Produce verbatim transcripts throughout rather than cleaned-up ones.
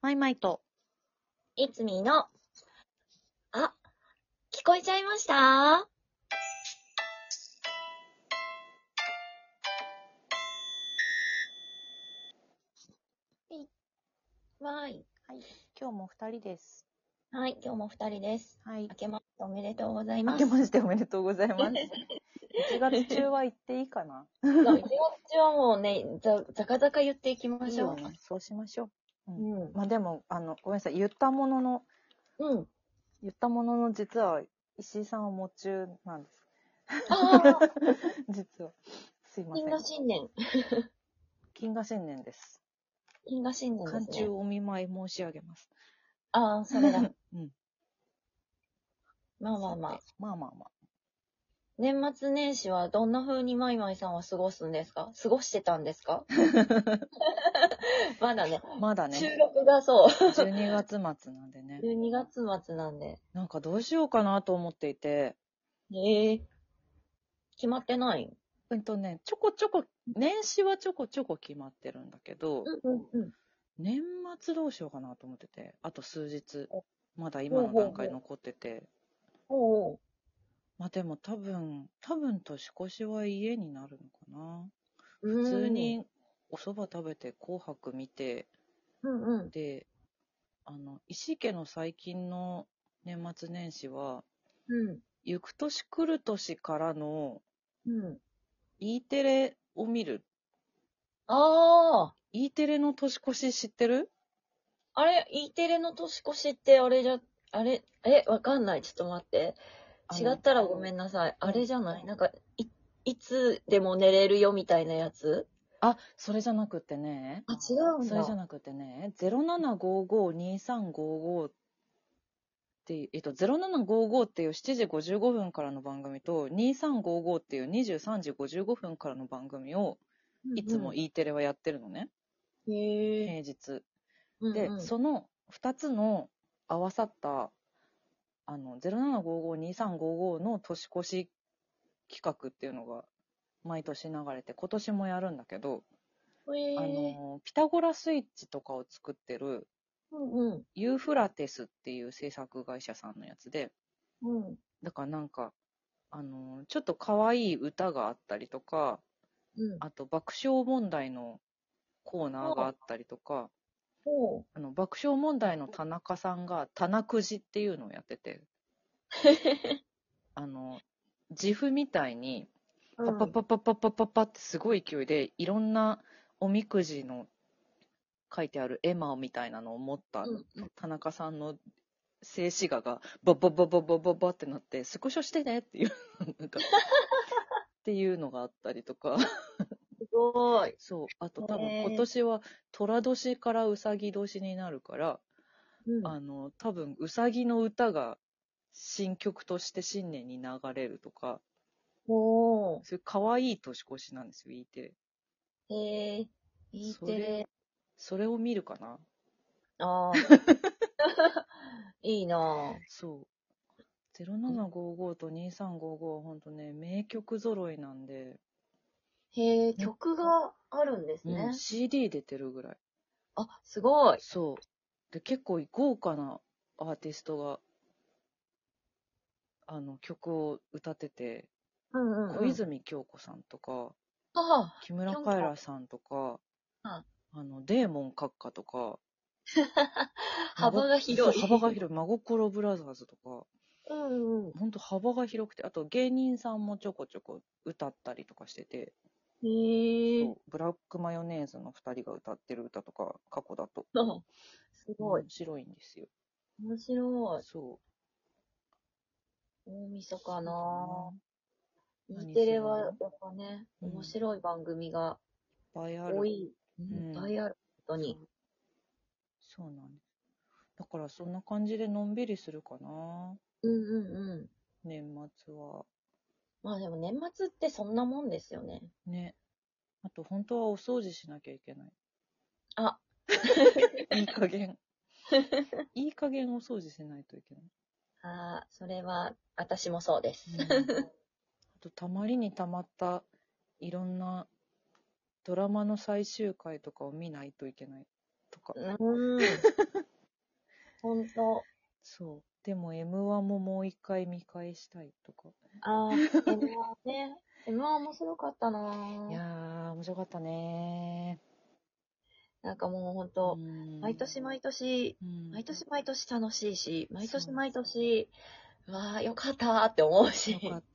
マイマイと、 いつみの、あ、聞こえちゃいました？わーい。 はい、今日も二人です。 はい、今日も二人です。 はい明。けましておめでとうござい明ます。 けましておめでとうございます。いちがつ中は言っていいかな？ そう、いちがつ中はもうね、ざ、ざかざか言っていきましょう。 いいよね。そうしましょう。うん。 うん。 まあでも、あの、ごめんなさい。言ったものの、 うん。 言ったものの、実は、石井さんは夢中なんです。 ああ、 実は。すいませ金ん。 河新年。 金河新年です。 金河新年で寒すね。 中お見舞い申し上げます。 ああ、それだ。 うん。 まあまあまあさて。まあまあまあ。 年末年始はどんな風にマイマイさんは過ごすんですか？過ごしてたんですか？まだね。 まだね。 収録がそう。 じゅうにがつ末なんでね。 じゅうにがつ末なんで。 なんかどうしようかなと思っていて、 ええ、決まってない？ うんとね、ちょこちょこ、年始はちょこちょこ決まってるんだけど、 うんうんうん。 年末どうしようかなと思ってて、あと数日、まだ今ほうの段階ほうほう。 残ってて、 ほう。 まあでも多分、多分年越しは家になるのかな。 う普通ーん。 にお蕎麦食べて紅白見て、 うんうん。 で、あの、石家の最近の年末年始は、 うん。 行く年来る年からのうん。 E テレを見る。 ああ。 E テレの年越し知ってる？ あれ、E テレの年越しってあれじゃ、あれ、え、わかんない。ちょっと待って。違あの、 ったらごめんなさい。 うんあれじゃないなんか、い、いつでも寝れるよみたいなやつ？ あ、それじゃなくてね、 あ、違うんだ。 それじゃなくてね、ゼロななごーごーにーさんごーごーっていう、えっと、ゼロななごーごーっていうしちじごじゅうごふんからの番組と、にーさんごーごーっていうにじゅうさんじごじゅうごふんからの番組を、いつもうん E テレはやってるのね、 うん。へえ。 平日。で、 うんうん。 そのふたつの合わさった、あの、ゼロななごーごーにーさんごーごーの年越し企画っていうのが毎年流れて、今年もやるんだけど、 へあえ。 の、ピタゴラスイッチとかを作ってる、 うんうん。 ユーフラテスっていう制作会社さんのやつで、 うん。 だからなんか、あの、ちょっと可愛い歌があったりとか、 うん。 あと爆笑問題のコーナーがあほう。 ったりとか、 ほう。 あの、爆笑問題の田中さんが棚くじっていうのをやってて、あの、自負みたいに、パパうん。 パパパパパパってすごい勢いで、いろんなおみくじの書いてある絵馬みたいなのを持ったうんうん。 田中さんの静止画がバババババババってなって、スクショしてねっていう、なんか、っていうのがあったりとか、 すごい。 そう、あと多分今へえ。 年は寅年からうさぎ年になるから、 うん。 あの、多分うさぎの歌が新曲として新年に流れるとか、 おそういう可愛い年越しなんですよ、E テレ。 ー。へえ。E それ、 テレ。 それを見るかな。 ああ。いいなそう。ゼロななごーごーとにーさんごーごーはほんとね、名曲揃いなんで、 ぁ。へえ、 ね、 曲があるんですうん、 ね。 シーディー 出てるぐらい。 あ、すごい。 そう。で、結構豪華なアーティストが、あの、曲を歌ってて、 うんうん小うん。 泉京子さんとか、 ああ、 木村キョンキョン。 カエラさんとか、 ああの、デーモン閣下とか、まご、 幅がそう、 広い。 幅が広い、真心ブラザーズとか、 うんうん。 ほんと幅が広くて、あと芸人さんもちょこちょこ歌ったりとかしてて、 へえ。 そう、ブラックマヨネーズのふたりが歌ってる歌とか、過去だと、 あ、すごい。 面白いんですよ。 面白い。 そう。 大晦日そうだなな。 ぁ。E 何テレはやするの？ っぱね、 うん。いっ面白い番組がぱいある。 多い。うん、いっぱうん。 いある。本当に。 そう。そうなんです。だからそんな感じでのんびりするかな。 うんうんうん。 年末は。 まあでも年末ってそんなもんですよね。 ね。あと本当はお掃除しなきゃいけない。 あ、 いい加減。いい加減お掃除しないといけない。 あー、それは私もそうです。 うん。あとたまりにたまったいろんなドラマの最終回とかを見ないといけない。 とか。 うん。ほんと。 そう。でも エムワン ももう一回見返したいとか。 あー、エムワン ね。エムワン 面白かったないやー、面白かったねなんかもうほんー。うと、 ん。 毎年毎年、 うん。 毎年毎年楽しいし、毎そう年毎年、わあ、よかったーって思うし。 よかった。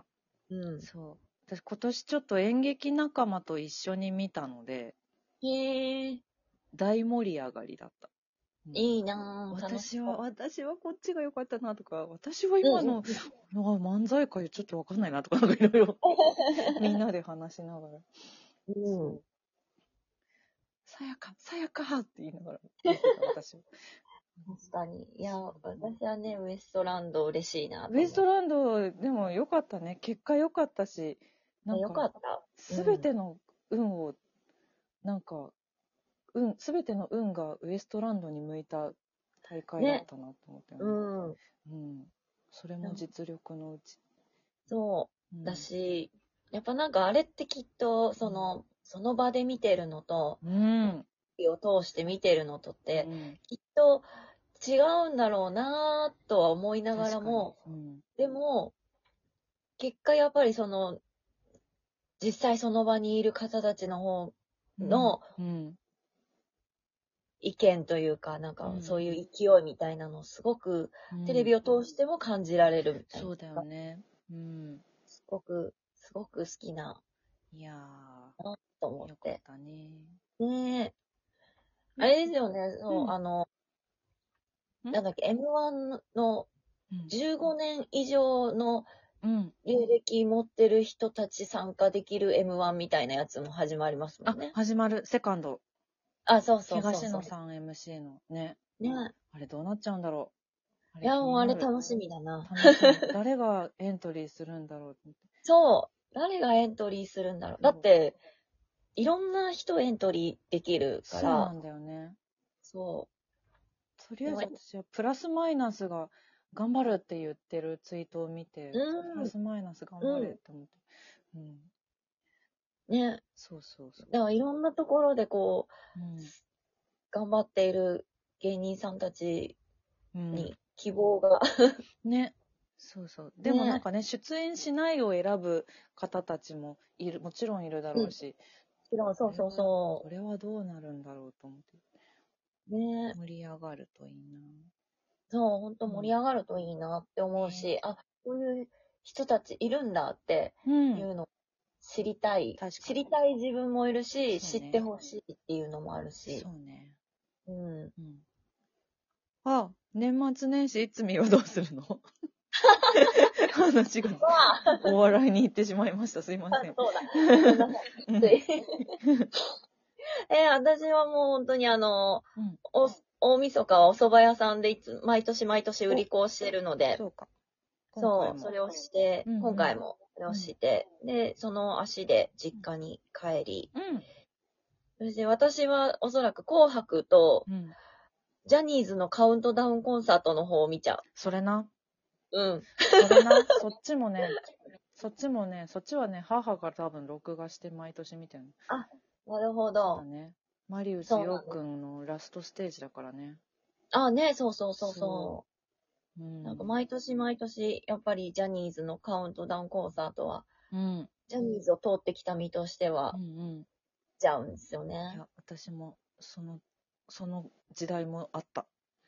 うん。 そう。私今年ちょっと演劇仲間と一緒に見たので、 へえ、 大盛り上がりだった。うんいいなぁ、楽し私は、 そ私はこっちが良かったなとか、私はう。うん今の、 うんうん。 あ漫才界ちょっとわかんないなとか、なんかいろいろみんなで話しながら。 うんそう。さやか、さやかって言いながら見てた、私は。 確かに。いや、 そう私はね、ウエストランド嬉しいなウと思エストランド、でも良かったね。結果良かったし、なう。よんか、 かった。 すべての運を、なんか、運、すべての運がウエストランドに向いた大会だっね。 たなと思ったようね。 ん。 うん。それも実力のうち。 そうう。 んだし、やっぱなんかあれってきっと、その、その場で見てるのと、 うん。 火を通して見てるのとっうて、 ん。 きっと違うんだろうなぁとは思いながら確かに。 も、 うん。 でも、結果やっぱりその、実際その場にいる方たちの方のうん。 意見というか、なんかそういう勢いみたいなのをすごくうんテレビを通しても感じられるみたいな。 そうだよね。うん。 すごく、すごく好きないやなと思ー、よかっって。 たね。 ねえ。あれですよね、そう、 うんあの、 んなんだっけ、エムワン のうん。 じゅうごねん以上のうん。 履歴持ってる人たち参加できる エムワン みたいなやつも始まりますもあ、 んね。 始まる。セカンド。 あ、そうそうそうそう。 東野さん エムシー のね。 ね。 あれどうなっちゃうんだろう。あいや、 れ気もうになる。 あれ楽しみだな。 楽しみ。誰がエントリーするんだろうと思って。 そう。誰がエントリーするんだろう。だって、いろんな人エントリーできるから、 そうなんだよね。 そとりう。でも、 あえず私はプラスマイナスが頑張るって言ってるツイートを見て、プラうん、 スマイナス頑張れっうん。 て思って。うん。 ね。 そうそうそう。 だからいろんなところでこう、 うん。 頑張っている芸人さんたちうんに希望が。 ね。そうそう。でもなんね。 かね、出演しないを選ぶ方たちもいる、もちろんいるだろうん。 うし、 そうそうそこれは、これはどうなるんだろうと思って、 う。ね。 盛り上がるといいな。 そう、本当盛りうん上がるといいなって思うねし、あ、こういう人たちいるんだってうん。 いうの知りたい。 確かに。 知りたい自分もいるし、 そうね知ってほしいっていうのもあるし。 そうね。 うん。 うん。あ、年末年始いつみはどうするの話がお笑いに行ってしまいました。すいません。 そうだ。ごめんなさい。 うんついえ、私はもう本当にあの、 うん。 お、大晦日はお蕎麦屋さんでいつ、毎年毎年売り子をしてるので、 そうか。今そう、 回も。 それをして、 うんうん今回もそれをして、で、その足で実家に帰り、 うん。 そして私はおそらく紅白とうん。 ジャニーズのカウントダウンコンサートの方を見ちゃそれな。 う。うん。 それな。そっちもね、そっちもね、そっちはね、母が多分録画して毎年見てるの。 あ、なるほそうだど。 ね。マリウスヨウそうなんです。 くんのラストステージだからね。 あ、ね、そうそうそうそそう。うう。 ん。 なんか毎年毎年、やっぱりジャニーズのカウントダウンコンサートは、 うん。 ジャニーズを通ってきた身としてはう、んうん。 ちゃうんですよいね。 や、私も、その、その時代もあった。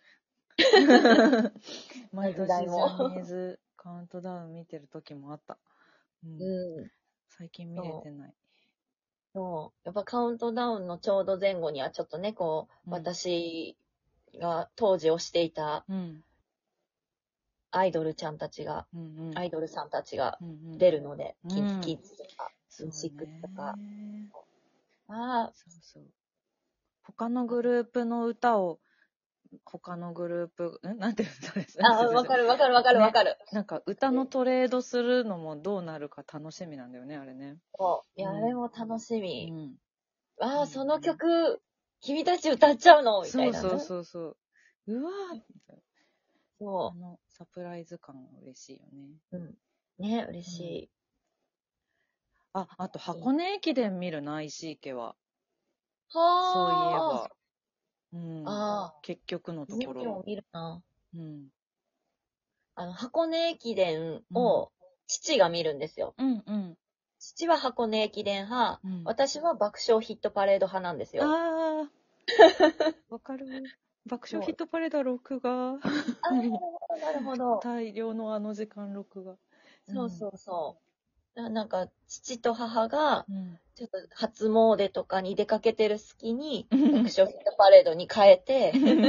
毎時年ジ代も。 ャニーズカウントダウン見てる時もあった。うん。 うん。 最近見れてない。 そう。やっぱカウントダウンのちょうど前後にはちょっとね、こう、 うん私が当時をしていたうん。 アイドルちゃんたちが、 うんうん。 アイドルさんたちがうんうん。 出るので、 うんキンキキッズとか、 そうインシックスとか。 ね。 ああ、 そうそう。他のグループの歌を、他のグループ、んなんて言うんですかあ、わかるわかるわかるわかる。 なんか歌のトレードするのもどうなるか楽しみなんだよね、あれね。 そう。いや、 うんあれも楽しうみ。 ん。 ああ、 うんその曲、君たち歌っちゃうのみたいなね。 そうそうそうそう。うわーみたいな。あそのサプライズ感は嬉しいよね。 う。うん。ね、嬉しい。 あ、あと箱根駅伝見るな、石井家は。そういえはあ。 ば。 うん、 ああ、 結局のところ。 人気も見るな。 うん。 あの、箱根駅伝を父が見るんですよ。 うんうん。 父は箱根駅伝派、 うん、 私は爆笑ヒットパレード派なんですよ。 ああ、わかる。爆笑ヒットパレードは録画。 ああ、なるほど、なるほど。 大量のあの時間録画。 そうそうそう。ななんか、父と母が、 うん。 ちょっと初詣とかに出かけてる隙に、 うん爆笑ヒットパレードに変えて、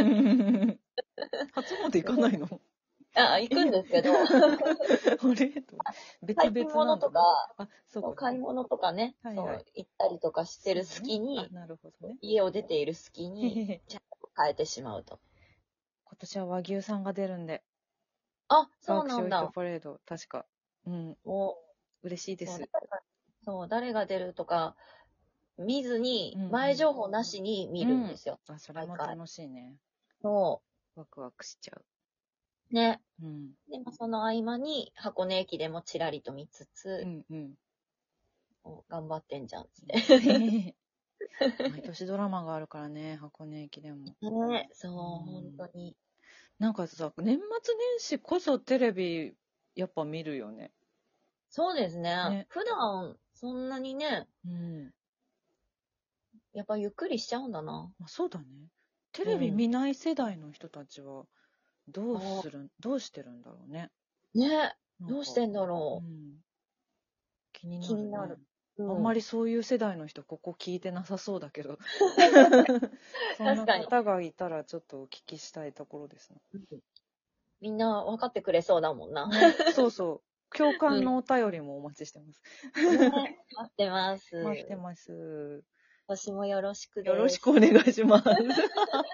初詣行かないの？ あ、行くんですけど、 あれと別買い 々なんだね。 物とか、 あ、そうか。 買い物とかね、 はいはい。 そう、行ったりとかしてるそうね隙に、 あ、なるほどね。 家を出ている隙へへに、 へ。 ちゃんと変えてしまうと。 今年は和牛さんが出るんで、 あ、そう爆笑ヒットなんだ。 パレード、確か。うん、 もう、そう、 嬉しいです。 誰が、そう、誰が出るとか、見ずに、 うんうん前情報なしに見るんですよ。 あ、それ毎回。 も楽しいね。 そワクワクしちゃう。 う。ね。 うん。 で、まあ、その合間に箱根駅伝もちらりと見つうつ、 んうん。 お頑張ってんじゃんっつって。 毎年ドラマがあるからね、箱根駅伝も。 ね、そう、 うん本当に。 なんかさ、年末年始こそテレビやっぱ見るよね。 そうですね。 ね。 普段、そんなにね、 うん。 やっぱゆっくりしちゃうんだな。 まあ、そうだね。テレビうん。 見ない世代の人たちはどうあする、どうしてるんだろうね。 ね、 なんか、 どうしてんだうろん。気にう。 なるね。 気になる。 あんうん。 まりそういう世代の人ここ聞いてなさそうだけど。そんな確かに。 方がいたらちょっとお聞きしたいところですね。 うんみんな分かってくれそうだもんな。 ね、そうそう。共うん。 感のお便りもお待ちしてます。 ね、待ってま待ってす。 ます。 私もよろしくよろです。 しくお願いします。